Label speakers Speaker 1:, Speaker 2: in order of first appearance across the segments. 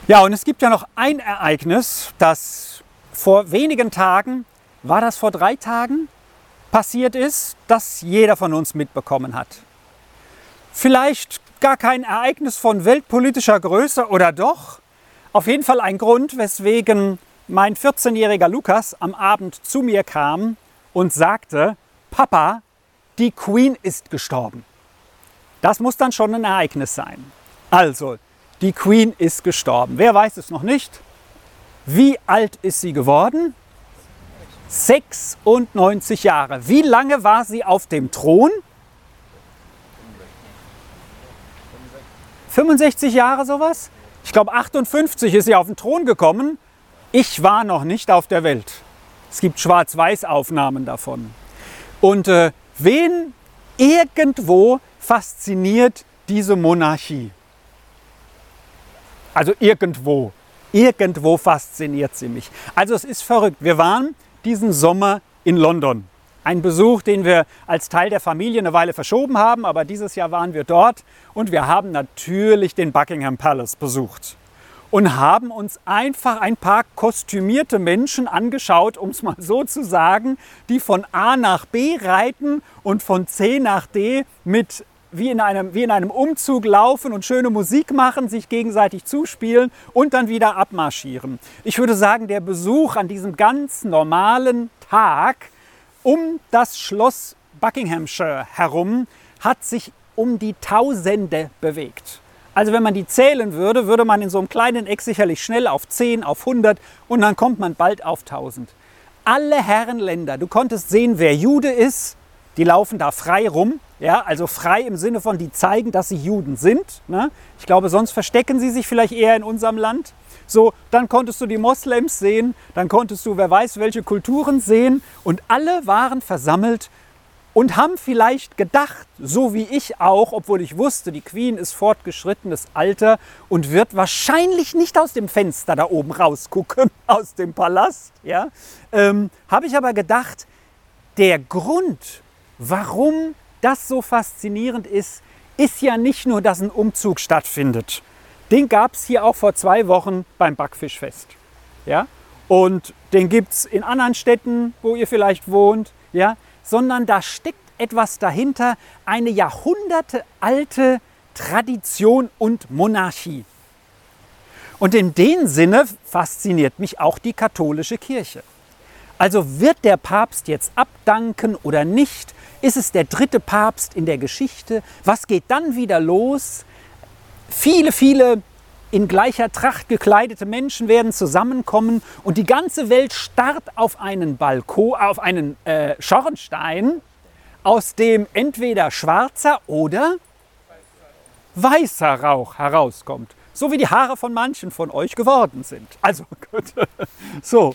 Speaker 1: Ja, und es gibt ja noch ein Ereignis, das vor wenigen Tagen, war das vor 3 Tagen, passiert ist, das jeder von uns mitbekommen hat. Vielleicht gar kein Ereignis von weltpolitischer Größe oder doch? Auf jeden Fall ein Grund, weswegen mein 14-jähriger Lukas am Abend zu mir kam und sagte: Papa, die Queen ist gestorben. Das muss dann schon ein Ereignis sein. Also, die Queen ist gestorben. Wer weiß es noch nicht? Wie alt ist sie geworden? 96 Jahre. Wie lange war sie auf dem Thron? 65 Jahre sowas? Ich glaube 58 ist sie auf den Thron gekommen. Ich war noch nicht auf der Welt. Es gibt Schwarz-Weiß-Aufnahmen davon. Und wen irgendwo fasziniert diese Monarchie? Also irgendwo fasziniert sie mich. Also es ist verrückt. Wir waren diesen Sommer in London. Ein Besuch, den wir als Teil der Familie eine Weile verschoben haben, aber dieses Jahr waren wir dort und wir haben natürlich den Buckingham Palace besucht und haben uns einfach ein paar kostümierte Menschen angeschaut, um es mal so zu sagen, die von A nach B reiten und von C nach D mit wie in einem Umzug laufen und schöne Musik machen, sich gegenseitig zuspielen und dann wieder abmarschieren. Ich würde sagen, der Besuch an diesem ganz normalen Tag um das Schloss Buckinghamshire herum hat sich um die Tausende bewegt. Also wenn man die zählen würde, würde man in so einem kleinen Eck sicherlich schnell auf 10, auf 100 und dann kommt man bald auf 1000. Alle Herrenländer, du konntest sehen, wer Jude ist, die laufen da frei rum. Ja, also frei im Sinne von, die zeigen, dass sie Juden sind. Ne? Ich glaube, sonst verstecken sie sich vielleicht eher in unserem Land. So, dann konntest du die Moslems sehen, dann konntest du, wer weiß, welche Kulturen sehen. Und alle waren versammelt und haben vielleicht gedacht, so wie ich auch, obwohl ich wusste, die Queen ist fortgeschrittenes Alter und wird wahrscheinlich nicht aus dem Fenster da oben rausgucken, aus dem Palast. Ja? Habe ich aber gedacht, der Grund, warum das so faszinierend ist, ist ja nicht nur, dass ein Umzug stattfindet. Den gab es hier auch vor 2 Wochen beim Backfischfest. Ja? Und den gibt es in anderen Städten, wo ihr vielleicht wohnt. Ja? Sondern da steckt etwas dahinter, eine jahrhundertealte Tradition und Monarchie. Und in dem Sinne fasziniert mich auch die katholische Kirche. Also wird der Papst jetzt abdanken oder nicht? Ist es der 3. Papst in der Geschichte? Was geht dann wieder los? Viele in gleicher Tracht gekleidete Menschen werden zusammenkommen und die ganze Welt starrt auf einen Balkon, auf einen Schornstein, aus dem entweder schwarzer oder weißer Rauch herauskommt. So wie die Haare von manchen von euch geworden sind. Also gut. So,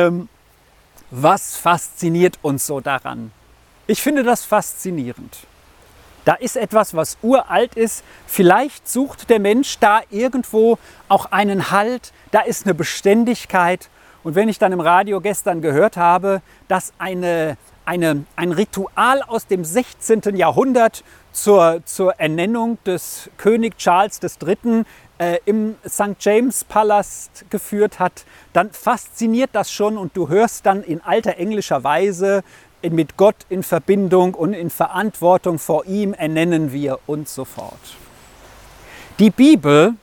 Speaker 1: was fasziniert uns so daran? Ich finde das faszinierend. Da ist etwas, was uralt ist. Vielleicht sucht der Mensch da irgendwo auch einen Halt. Da ist eine Beständigkeit. Und wenn ich dann im Radio gestern gehört habe, dass ein Ritual aus dem 16. Jahrhundert zur Ernennung des König Charles III. Im St. James Palast geführt hat, dann fasziniert das schon und du hörst dann in alter englischer Weise, mit Gott in Verbindung und in Verantwortung vor ihm ernennen wir und so fort. Die Bibel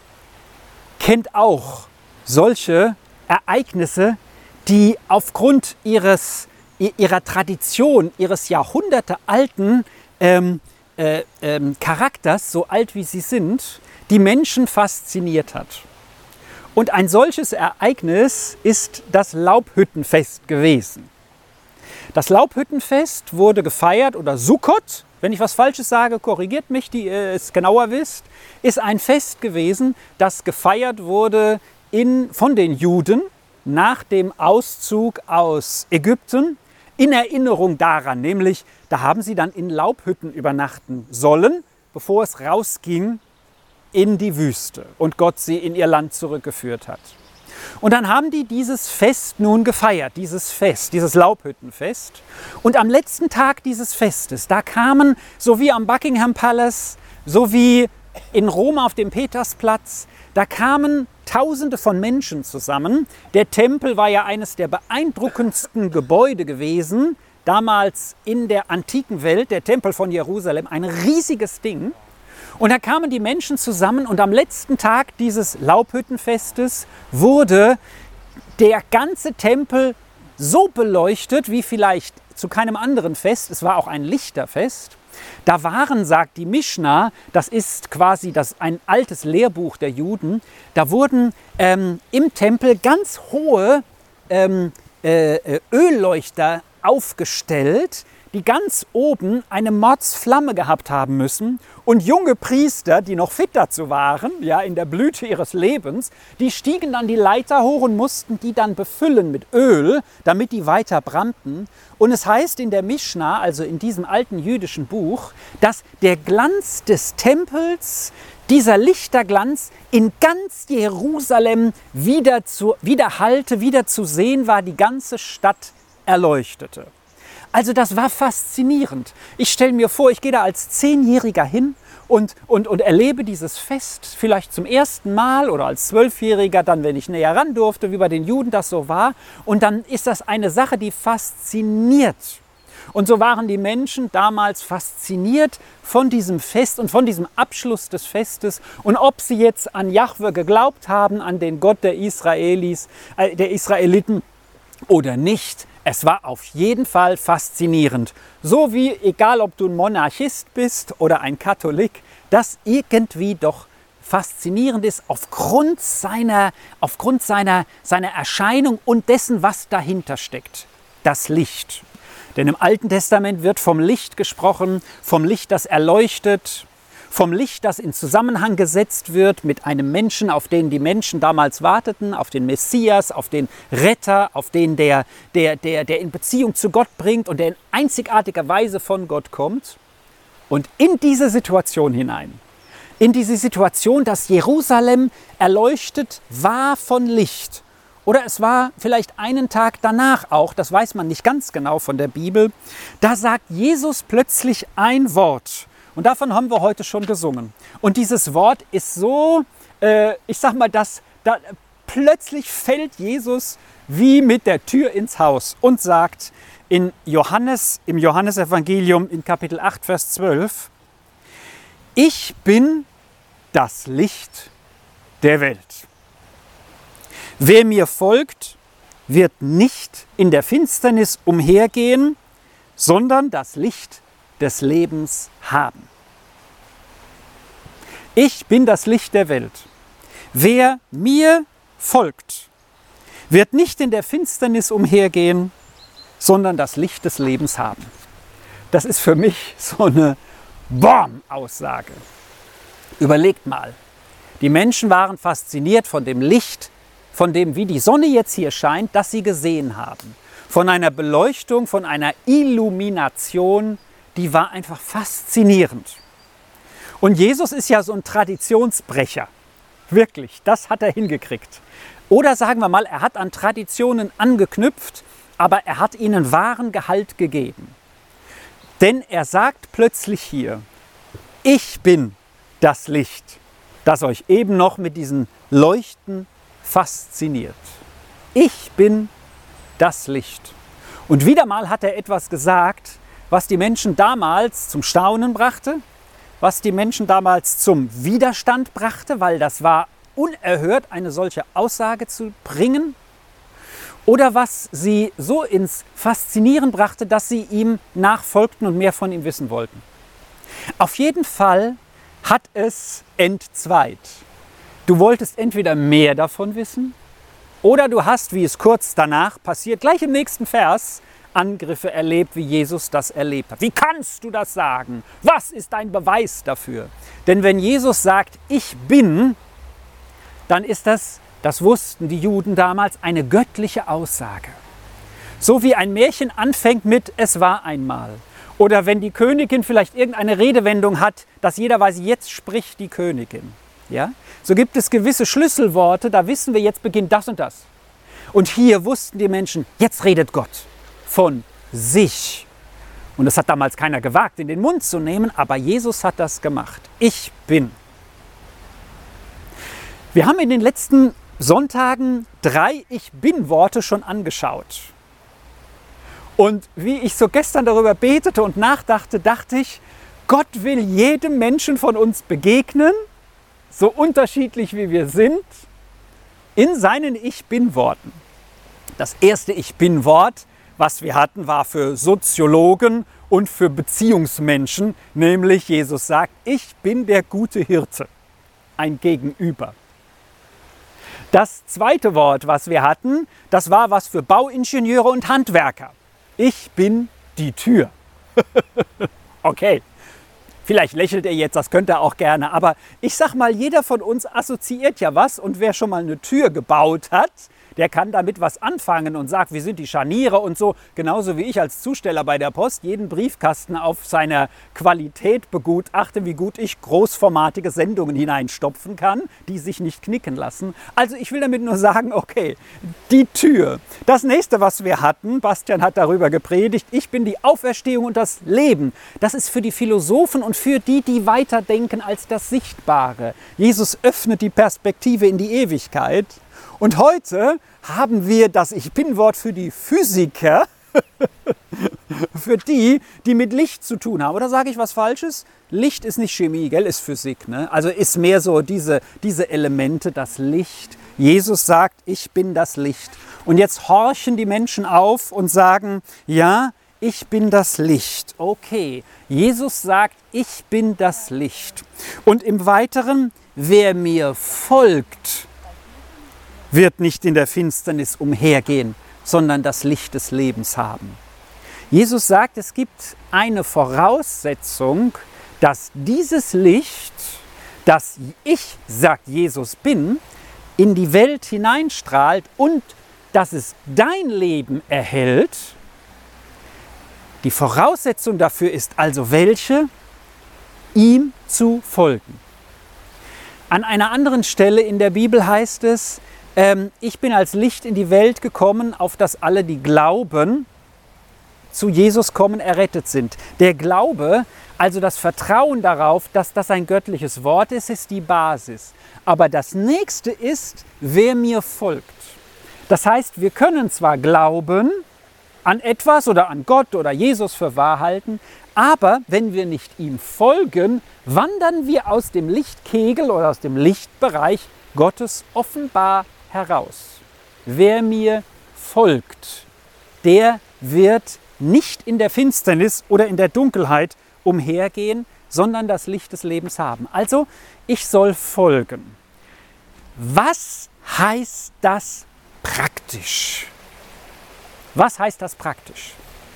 Speaker 1: kennt auch solche Ereignisse, die aufgrund ihrer Tradition, ihres jahrhundertealten Charakters, so alt wie sie sind, die Menschen fasziniert hat. Und ein solches Ereignis ist das Laubhüttenfest gewesen. Das Laubhüttenfest wurde gefeiert, oder Sukkot, wenn ich was Falsches sage, korrigiert mich, die ihr es genauer wisst, ist ein Fest gewesen, das gefeiert wurde von den Juden nach dem Auszug aus Ägypten, in Erinnerung daran, nämlich da haben sie dann in Laubhütten übernachten sollen, bevor es rausging in die Wüste und Gott sie in ihr Land zurückgeführt hat. Und dann haben die dieses Fest nun gefeiert, dieses Laubhüttenfest. Und am letzten Tag dieses Festes, da kamen, so wie am Buckingham Palace, so wie in Rom auf dem Petersplatz, da kamen Tausende von Menschen zusammen. Der Tempel war ja eines der beeindruckendsten Gebäude gewesen, damals in der antiken Welt, der Tempel von Jerusalem, ein riesiges Ding. Und da kamen die Menschen zusammen und am letzten Tag dieses Laubhüttenfestes wurde der ganze Tempel so beleuchtet wie vielleicht zu keinem anderen Fest. Es war auch ein Lichterfest. Da waren, sagt die Mischna, das ist quasi ein altes Lehrbuch der Juden, da wurden im Tempel ganz hohe Ölleuchter aufgestellt, die ganz oben eine Mordsflamme gehabt haben müssen. Und junge Priester, die noch fit dazu waren, ja, in der Blüte ihres Lebens, die stiegen dann die Leiter hoch und mussten die dann befüllen mit Öl, damit die weiter brannten. Und es heißt in der Mischna, also in diesem alten jüdischen Buch, dass der Glanz des Tempels, dieser Lichterglanz in ganz Jerusalem wieder zu sehen war, die ganze Stadt erleuchtete. Also das war faszinierend. Ich stelle mir vor, ich gehe da als 10-Jähriger hin und erlebe dieses Fest vielleicht zum ersten Mal oder als 12-Jähriger, dann wenn ich näher ran durfte, wie bei den Juden das so war. Und dann ist das eine Sache, die fasziniert. Und so waren die Menschen damals fasziniert von diesem Fest und von diesem Abschluss des Festes. Und ob sie jetzt an Jahwe geglaubt haben, an den Gott der Israeliten oder nicht, es war auf jeden Fall faszinierend. So wie, egal ob du ein Monarchist bist oder ein Katholik, das irgendwie doch faszinierend ist aufgrund seiner Erscheinung und dessen, was dahinter steckt. Das Licht. Denn im Alten Testament wird vom Licht gesprochen, vom Licht, das erleuchtet, vom Licht, das in Zusammenhang gesetzt wird mit einem Menschen, auf den die Menschen damals warteten, auf den Messias, auf den Retter, auf den, der in Beziehung zu Gott bringt und der in einzigartiger Weise von Gott kommt. Und in diese Situation hinein, in diese Situation, dass Jerusalem erleuchtet war von Licht, oder es war vielleicht einen Tag danach auch, das weiß man nicht ganz genau von der Bibel, da sagt Jesus plötzlich ein Wort. Und davon haben wir heute schon gesungen. Und dieses Wort ist so, ich sag mal, plötzlich fällt Jesus wie mit der Tür ins Haus und sagt im Johannesevangelium in Kapitel 8, Vers 12, ich bin das Licht der Welt. Wer mir folgt, wird nicht in der Finsternis umhergehen, sondern das Licht des Lebens haben. Ich bin das Licht der Welt. Wer mir folgt, wird nicht in der Finsternis umhergehen, sondern das Licht des Lebens haben. Das ist für mich so eine Aussage. Überlegt mal, die Menschen waren fasziniert von dem Licht, von dem, wie die Sonne jetzt hier scheint, das sie gesehen haben. Von einer Beleuchtung, von einer Illumination, die war einfach faszinierend. Und Jesus ist ja so ein Traditionsbrecher. Wirklich, das hat er hingekriegt. Oder sagen wir mal, er hat an Traditionen angeknüpft, aber er hat ihnen wahren Gehalt gegeben. Denn er sagt plötzlich hier, ich bin das Licht, das euch eben noch mit diesen Leuchten fasziniert. Ich bin das Licht. Und wieder mal hat er etwas gesagt, was die Menschen damals zum Staunen brachte, was die Menschen damals zum Widerstand brachte, weil das war unerhört, eine solche Aussage zu bringen, oder was sie so ins Faszinieren brachte, dass sie ihm nachfolgten und mehr von ihm wissen wollten. Auf jeden Fall hat es entzweit. Du wolltest entweder mehr davon wissen, oder du hast, wie es kurz danach passiert, gleich im nächsten Vers, Angriffe erlebt, wie Jesus das erlebt hat. Wie kannst du das sagen? Was ist dein Beweis dafür? Denn wenn Jesus sagt, ich bin, dann ist das wussten die Juden damals, eine göttliche Aussage. So wie ein Märchen anfängt mit es war einmal. Oder wenn die Königin vielleicht irgendeine Redewendung hat, dass jeder weiß, jetzt spricht die Königin. Ja? So gibt es gewisse Schlüsselworte, da wissen wir, jetzt beginnt das und das. Und hier wussten die Menschen, jetzt redet Gott von sich. Und das hat damals keiner gewagt, in den Mund zu nehmen, aber Jesus hat das gemacht. Ich bin. Wir haben in den letzten Sonntagen 3 Ich-Bin-Worte schon angeschaut. Und wie ich so gestern darüber betete und nachdachte, dachte ich, Gott will jedem Menschen von uns begegnen, so unterschiedlich wie wir sind, in seinen Ich-Bin-Worten. Das erste Ich-Bin-Wort, was wir hatten, war für Soziologen und für Beziehungsmenschen, nämlich Jesus sagt, ich bin der gute Hirte, ein Gegenüber. Das zweite Wort, was wir hatten, das war was für Bauingenieure und Handwerker. Ich bin die Tür. Okay, vielleicht lächelt er jetzt, das könnte er auch gerne, aber ich sag mal, jeder von uns assoziiert ja was und wer schon mal eine Tür gebaut hat, der kann damit was anfangen und sagt, wie sind die Scharniere und so. Genauso wie ich als Zusteller bei der Post jeden Briefkasten auf seiner Qualität begutachte, wie gut ich großformatige Sendungen hineinstopfen kann, die sich nicht knicken lassen. Also ich will damit nur sagen, okay, die Tür. Das nächste, was wir hatten, Bastian hat darüber gepredigt, ich bin die Auferstehung und das Leben. Das ist für die Philosophen und für die, die weiterdenken als das Sichtbare. Jesus öffnet die Perspektive in die Ewigkeit. Und heute haben wir das Ich-Bin-Wort für die Physiker, für die, die mit Licht zu tun haben. Oder sage ich was Falsches? Licht ist nicht Chemie, gell? Ist Physik. Ne? Also ist mehr so diese Elemente, das Licht. Jesus sagt, ich bin das Licht. Und jetzt horchen die Menschen auf und sagen, ja, ich bin das Licht. Okay, Jesus sagt, ich bin das Licht. Und im Weiteren, wer mir folgt, wird nicht in der Finsternis umhergehen, sondern das Licht des Lebens haben. Jesus sagt, es gibt eine Voraussetzung, dass dieses Licht, das ich, sagt Jesus, bin, in die Welt hineinstrahlt und dass es dein Leben erhält. Die Voraussetzung dafür ist also welche? Ihm zu folgen. An einer anderen Stelle in der Bibel heißt es, ich bin als Licht in die Welt gekommen, auf dass alle, die glauben, zu Jesus kommen, errettet sind. Der Glaube, also das Vertrauen darauf, dass das ein göttliches Wort ist, ist die Basis. Aber das nächste ist, wer mir folgt. Das heißt, wir können zwar glauben an etwas oder an Gott oder Jesus für wahr halten, aber wenn wir nicht ihm folgen, wandern wir aus dem Lichtkegel oder aus dem Lichtbereich Gottes offenbar heraus. Wer mir folgt, der wird nicht in der Finsternis oder in der Dunkelheit umhergehen, sondern das Licht des Lebens haben. Also, ich soll folgen. Was heißt das praktisch? Was heißt das praktisch?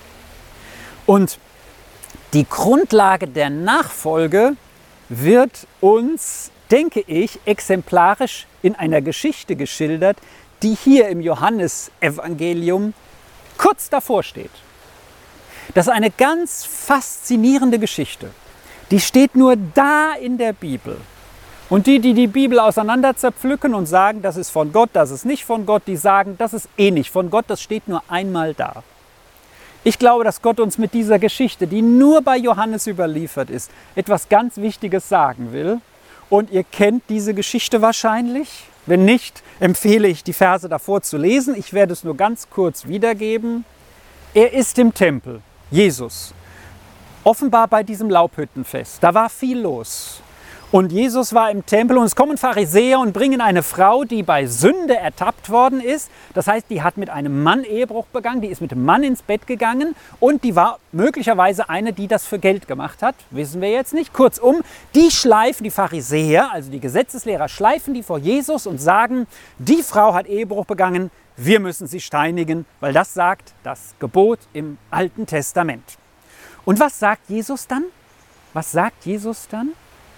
Speaker 1: Und die Grundlage der Nachfolge wird uns, denke ich, exemplarisch in einer Geschichte geschildert, die hier im Johannesevangelium kurz davor steht. Das ist eine ganz faszinierende Geschichte. Die steht nur da in der Bibel. Und die die Bibel auseinander zerpflücken und sagen, das ist von Gott, das ist nicht von Gott, die sagen, das ist eh nicht von Gott, das steht nur einmal da. Ich glaube, dass Gott uns mit dieser Geschichte, die nur bei Johannes überliefert ist, etwas ganz Wichtiges sagen will. Und ihr kennt diese Geschichte wahrscheinlich. Wenn nicht, empfehle ich, die Verse davor zu lesen. Ich werde es nur ganz kurz wiedergeben. Er ist im Tempel, Jesus, offenbar bei diesem Laubhüttenfest. Da war viel los. Und Jesus war im Tempel und es kommen Pharisäer und bringen eine Frau, die bei Sünde ertappt worden ist. Das heißt, die hat mit einem Mann Ehebruch begangen, die ist mit dem Mann ins Bett gegangen und die war möglicherweise eine, die das für Geld gemacht hat. Wissen wir jetzt nicht. Kurzum, die schleifen, die Pharisäer, also die Gesetzeslehrer, schleifen die vor Jesus und sagen, die Frau hat Ehebruch begangen, wir müssen sie steinigen, weil das sagt das Gebot im Alten Testament. Und was sagt Jesus dann? Was sagt Jesus dann?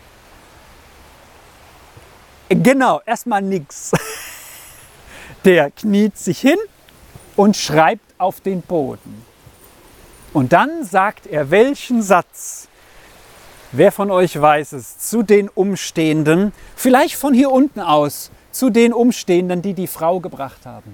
Speaker 1: Genau, erstmal nichts. Der kniet sich hin und schreibt auf den Boden. Und dann sagt er welchen Satz? Wer von euch weiß es? Zu den Umstehenden, vielleicht von hier unten aus, zu den Umstehenden, die die Frau gebracht haben.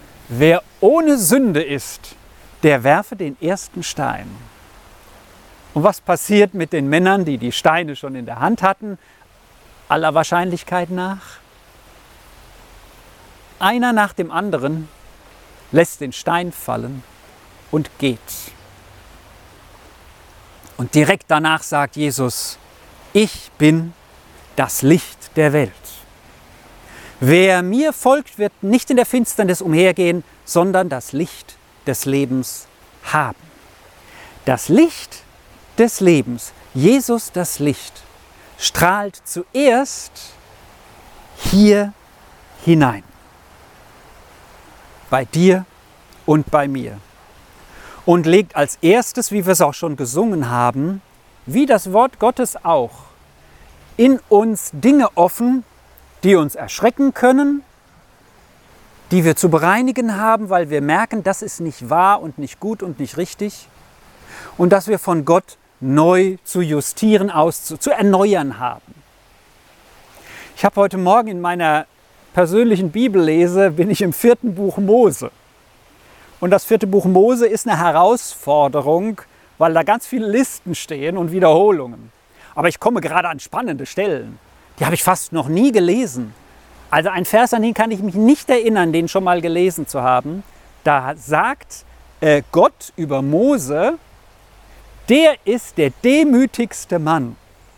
Speaker 1: Wer ohne Sünde ist, der werfe den ersten Stein. Und was passiert mit den Männern, die die Steine schon in der Hand hatten? Aller Wahrscheinlichkeit nach. Einer nach dem anderen lässt den Stein fallen und geht. Und direkt danach sagt Jesus, ich bin das Licht der Welt. Wer mir folgt, wird nicht in der Finsternis umhergehen, sondern das Licht des Lebens haben. Das Licht des Lebens, Jesus das Licht, strahlt zuerst hier hinein. Bei dir und bei mir. Und legt als erstes, wie wir es auch schon gesungen haben, wie das Wort Gottes auch, in uns Dinge offen, die uns erschrecken können, die wir zu bereinigen haben, weil wir merken, das ist nicht wahr und nicht gut und nicht richtig. Und dass wir von Gott neu zu justieren, zu erneuern haben. Ich habe heute Morgen in meiner persönlichen Bibellese, bin ich im 4. Buch Mose. Und das 4. Buch Mose ist eine Herausforderung, weil da ganz viele Listen stehen und Wiederholungen. Aber ich komme gerade an spannende Stellen. Die habe ich fast noch nie gelesen. Also ein Vers, an den kann ich mich nicht erinnern, den schon mal gelesen zu haben. Da sagt Gott über Mose, der ist der demütigste Mann.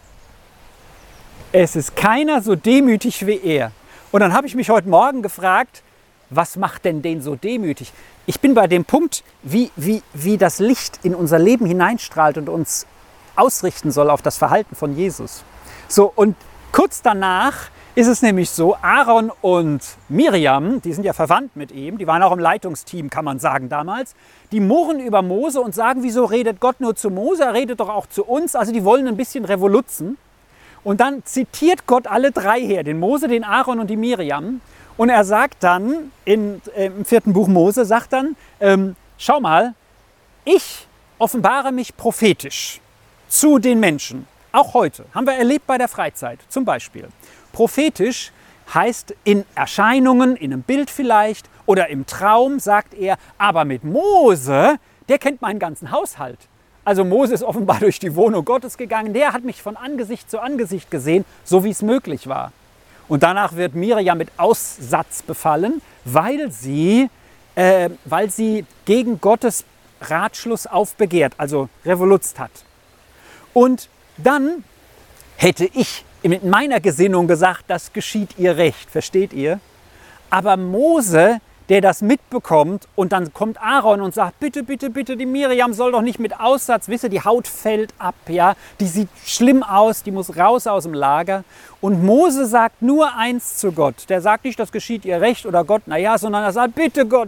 Speaker 1: Es ist keiner so demütig wie er. Und dann habe ich mich heute Morgen gefragt, was macht denn den so demütig? Ich bin bei dem Punkt, wie das Licht in unser Leben hineinstrahlt und uns ausrichten soll auf das Verhalten von Jesus. So, und kurz danach ist es nämlich so, Aaron und Miriam, die sind ja verwandt mit ihm, die waren auch im Leitungsteam, kann man sagen damals, die murren über Mose und sagen, wieso redet Gott nur zu Mose, er redet doch auch zu uns, also die wollen ein bisschen revoluzen. Und dann zitiert Gott alle drei her, den Mose, den Aaron und die Miriam. Und er sagt dann, im 4. Buch Mose, sagt dann, schau mal, ich offenbare mich prophetisch zu den Menschen. Auch heute, haben wir erlebt bei der Freizeit zum Beispiel. Prophetisch heißt in Erscheinungen, in einem Bild vielleicht oder im Traum, sagt er, aber mit Mose, der kennt meinen ganzen Haushalt. Also Mose ist offenbar durch die Wohnung Gottes gegangen, der hat mich von Angesicht zu Angesicht gesehen, so wie es möglich war. Und danach wird Miriam mit Aussatz befallen, weil sie gegen Gottes Ratschluss aufbegehrt, also revolutzt hat. Und dann hätte ich mit meiner Gesinnung gesagt, das geschieht ihr recht, versteht ihr? Aber Mose, der das mitbekommt und dann kommt Aaron und sagt, bitte, bitte, bitte, die Miriam soll doch nicht mit Aussatz, wisst ihr, die Haut fällt ab, ja, die sieht schlimm aus, die muss raus aus dem Lager. Und Mose sagt nur eins zu Gott, der sagt nicht, das geschieht ihr recht oder Gott, naja, sondern er sagt, bitte Gott,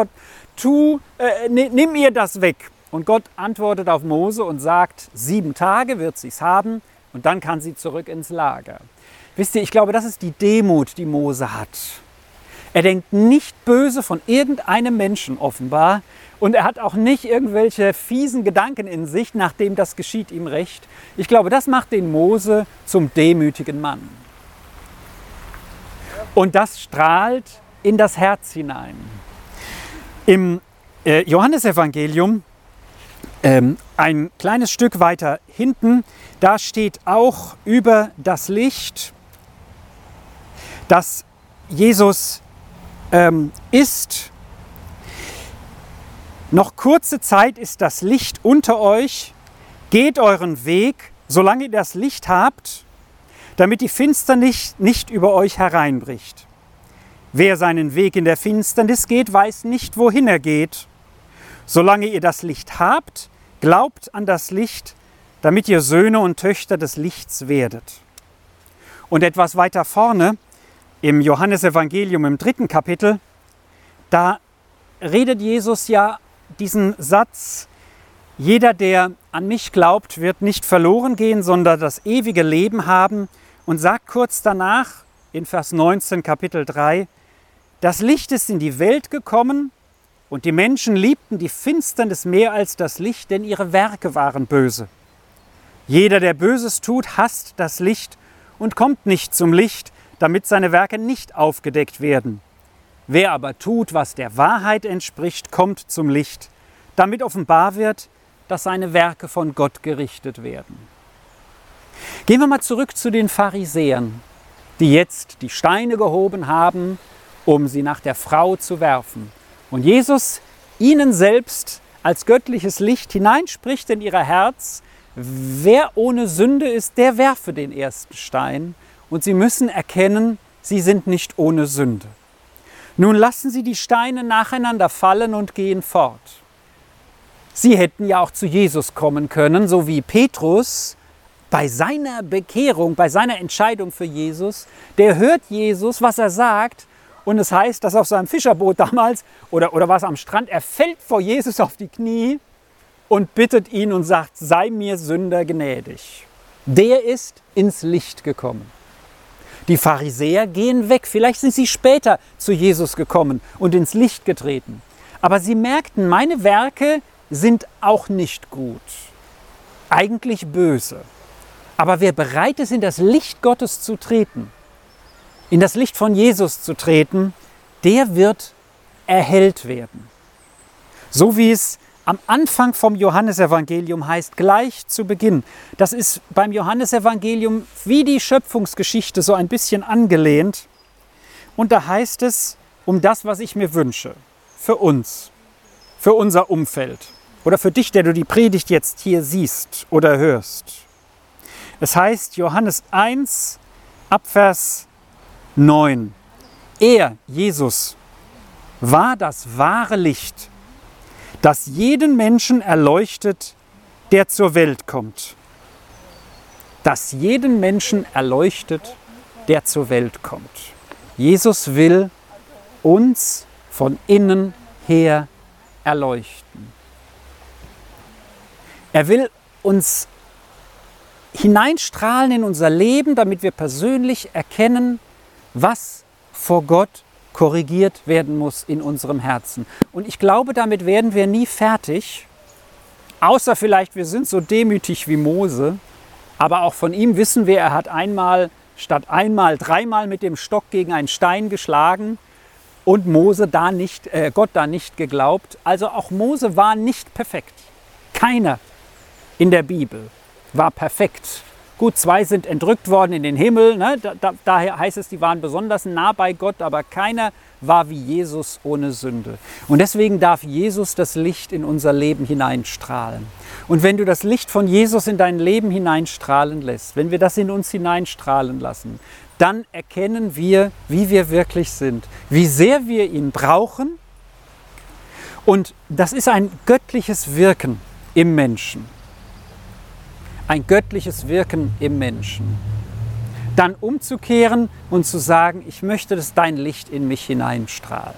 Speaker 1: nimm ihr das weg. Und Gott antwortet auf Mose und sagt, 7 Tage wird sie es haben und dann kann sie zurück ins Lager. Wisst ihr, ich glaube, das ist die Demut, die Mose hat. Er denkt nicht böse von irgendeinem Menschen offenbar und er hat auch nicht irgendwelche fiesen Gedanken in sich, nachdem das geschieht ihm recht. Ich glaube, das macht den Mose zum demütigen Mann. Und das strahlt in das Herz hinein. Im Johannesevangelium, ein kleines Stück weiter hinten, da steht auch über das Licht, dass Jesus ist, noch kurze Zeit ist das Licht unter euch, geht euren Weg, solange ihr das Licht habt, damit die Finsternis nicht über euch hereinbricht. Wer seinen Weg in der Finsternis geht, weiß nicht, wohin er geht. Solange ihr das Licht habt, glaubt an das Licht, damit ihr Söhne und Töchter des Lichts werdet. Und etwas weiter vorne, im Johannesevangelium im 3. Kapitel, da redet Jesus ja diesen Satz, jeder, der an mich glaubt, wird nicht verloren gehen, sondern das ewige Leben haben, und sagt kurz danach in Vers 19 Kapitel 3, das Licht ist in die Welt gekommen und die Menschen liebten die Finsternis mehr als das Licht, denn ihre Werke waren böse. Jeder, der Böses tut, hasst das Licht und kommt nicht zum Licht, damit seine Werke nicht aufgedeckt werden. Wer aber tut, was der Wahrheit entspricht, kommt zum Licht, damit offenbar wird, dass seine Werke von Gott gerichtet werden. Gehen wir mal zurück zu den Pharisäern, die jetzt die Steine gehoben haben, um sie nach der Frau zu werfen. Und Jesus ihnen selbst als göttliches Licht hineinspricht in ihr Herz: Wer ohne Sünde ist, der werfe den ersten Stein. Und sie müssen erkennen, sie sind nicht ohne Sünde. Nun lassen sie die Steine nacheinander fallen und gehen fort. Sie hätten ja auch zu Jesus kommen können, so wie Petrus bei seiner Bekehrung, bei seiner Entscheidung für Jesus. Der hört Jesus, was er sagt, und es heißt, dass auf seinem Fischerboot damals oder was am Strand, er fällt vor Jesus auf die Knie und bittet ihn und sagt: Sei mir Sünder gnädig. Der ist ins Licht gekommen. Die Pharisäer gehen weg. Vielleicht sind sie später zu Jesus gekommen und ins Licht getreten. Aber sie merkten, meine Werke sind auch nicht gut. Eigentlich böse. Aber wer bereit ist, in das Licht Gottes zu treten, in das Licht von Jesus zu treten, der wird erhellt werden. So wie es am Anfang vom Johannesevangelium heißt, gleich zu Beginn. Das ist beim Johannesevangelium wie die Schöpfungsgeschichte so ein bisschen angelehnt. Und da heißt es um das, was ich mir wünsche, für uns, für unser Umfeld oder für dich, der du die Predigt jetzt hier siehst oder hörst. Es heißt Johannes 1, Abvers 9. Er, Jesus, war das wahre Licht, das jeden Menschen erleuchtet, der zur Welt kommt. Das jeden Menschen erleuchtet, der zur Welt kommt. Jesus will uns von innen her erleuchten. Er will uns hineinstrahlen in unser Leben, damit wir persönlich erkennen, was vor Gott korrigiert werden muss in unserem Herzen. Und ich glaube, damit werden wir nie fertig, außer vielleicht wir sind so demütig wie Mose, aber auch von ihm wissen wir, er hat einmal statt einmal 3-mal mit dem Stock gegen einen Stein geschlagen und Gott da nicht geglaubt. Also auch Mose war nicht perfekt. Keiner in der Bibel war perfekt. Gut, 2 sind entrückt worden in den Himmel, ne? Daher heißt es, die waren besonders nah bei Gott, aber keiner war wie Jesus ohne Sünde. Und deswegen darf Jesus das Licht in unser Leben hineinstrahlen. Und wenn du das Licht von Jesus in dein Leben hineinstrahlen lässt, wenn wir das in uns hineinstrahlen lassen, dann erkennen wir, wie wir wirklich sind, wie sehr wir ihn brauchen. Und das ist ein göttliches Wirken im Menschen. Ein göttliches Wirken im Menschen. Dann umzukehren und zu sagen, ich möchte, dass dein Licht in mich hineinstrahlt.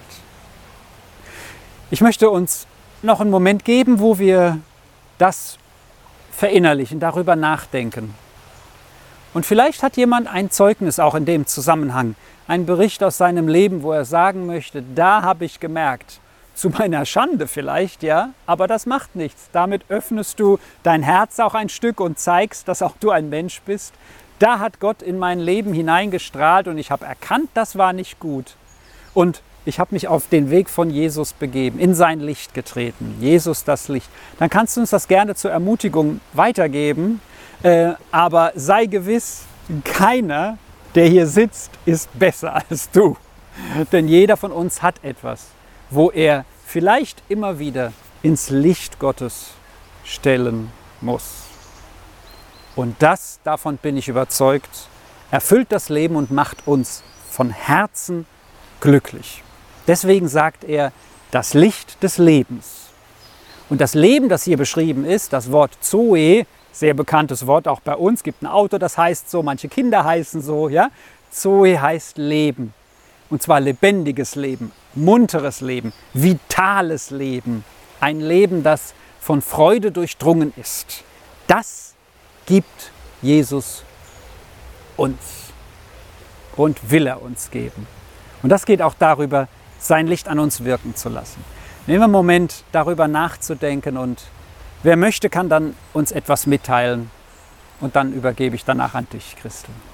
Speaker 1: Ich möchte uns noch einen Moment geben, wo wir das verinnerlichen, darüber nachdenken. Und vielleicht hat jemand ein Zeugnis auch in dem Zusammenhang, einen Bericht aus seinem Leben, wo er sagen möchte, da habe ich gemerkt, zu meiner Schande vielleicht, ja, aber das macht nichts. Damit öffnest du dein Herz auch ein Stück und zeigst, dass auch du ein Mensch bist. Da hat Gott in mein Leben hineingestrahlt und ich habe erkannt, das war nicht gut. Und ich habe mich auf den Weg von Jesus begeben, in sein Licht getreten. Jesus das Licht. Dann kannst du uns das gerne zur Ermutigung weitergeben. Aber sei gewiss, keiner, der hier sitzt, ist besser als du. Denn jeder von uns hat etwas, wo er vielleicht immer wieder ins Licht Gottes stellen muss. Und das, davon bin ich überzeugt, erfüllt das Leben und macht uns von Herzen glücklich. Deswegen sagt er, das Licht des Lebens. Und das Leben, das hier beschrieben ist, das Wort Zoe, sehr bekanntes Wort auch bei uns, gibt ein Auto, das heißt so, manche Kinder heißen so, ja. Zoe heißt Leben. Und zwar lebendiges Leben, munteres Leben, vitales Leben. Ein Leben, das von Freude durchdrungen ist. Das gibt Jesus uns und will er uns geben. Und das geht auch darüber, sein Licht an uns wirken zu lassen. Nehmen wir einen Moment, darüber nachzudenken und wer möchte, kann dann uns etwas mitteilen und dann übergebe ich danach an dich, Christel.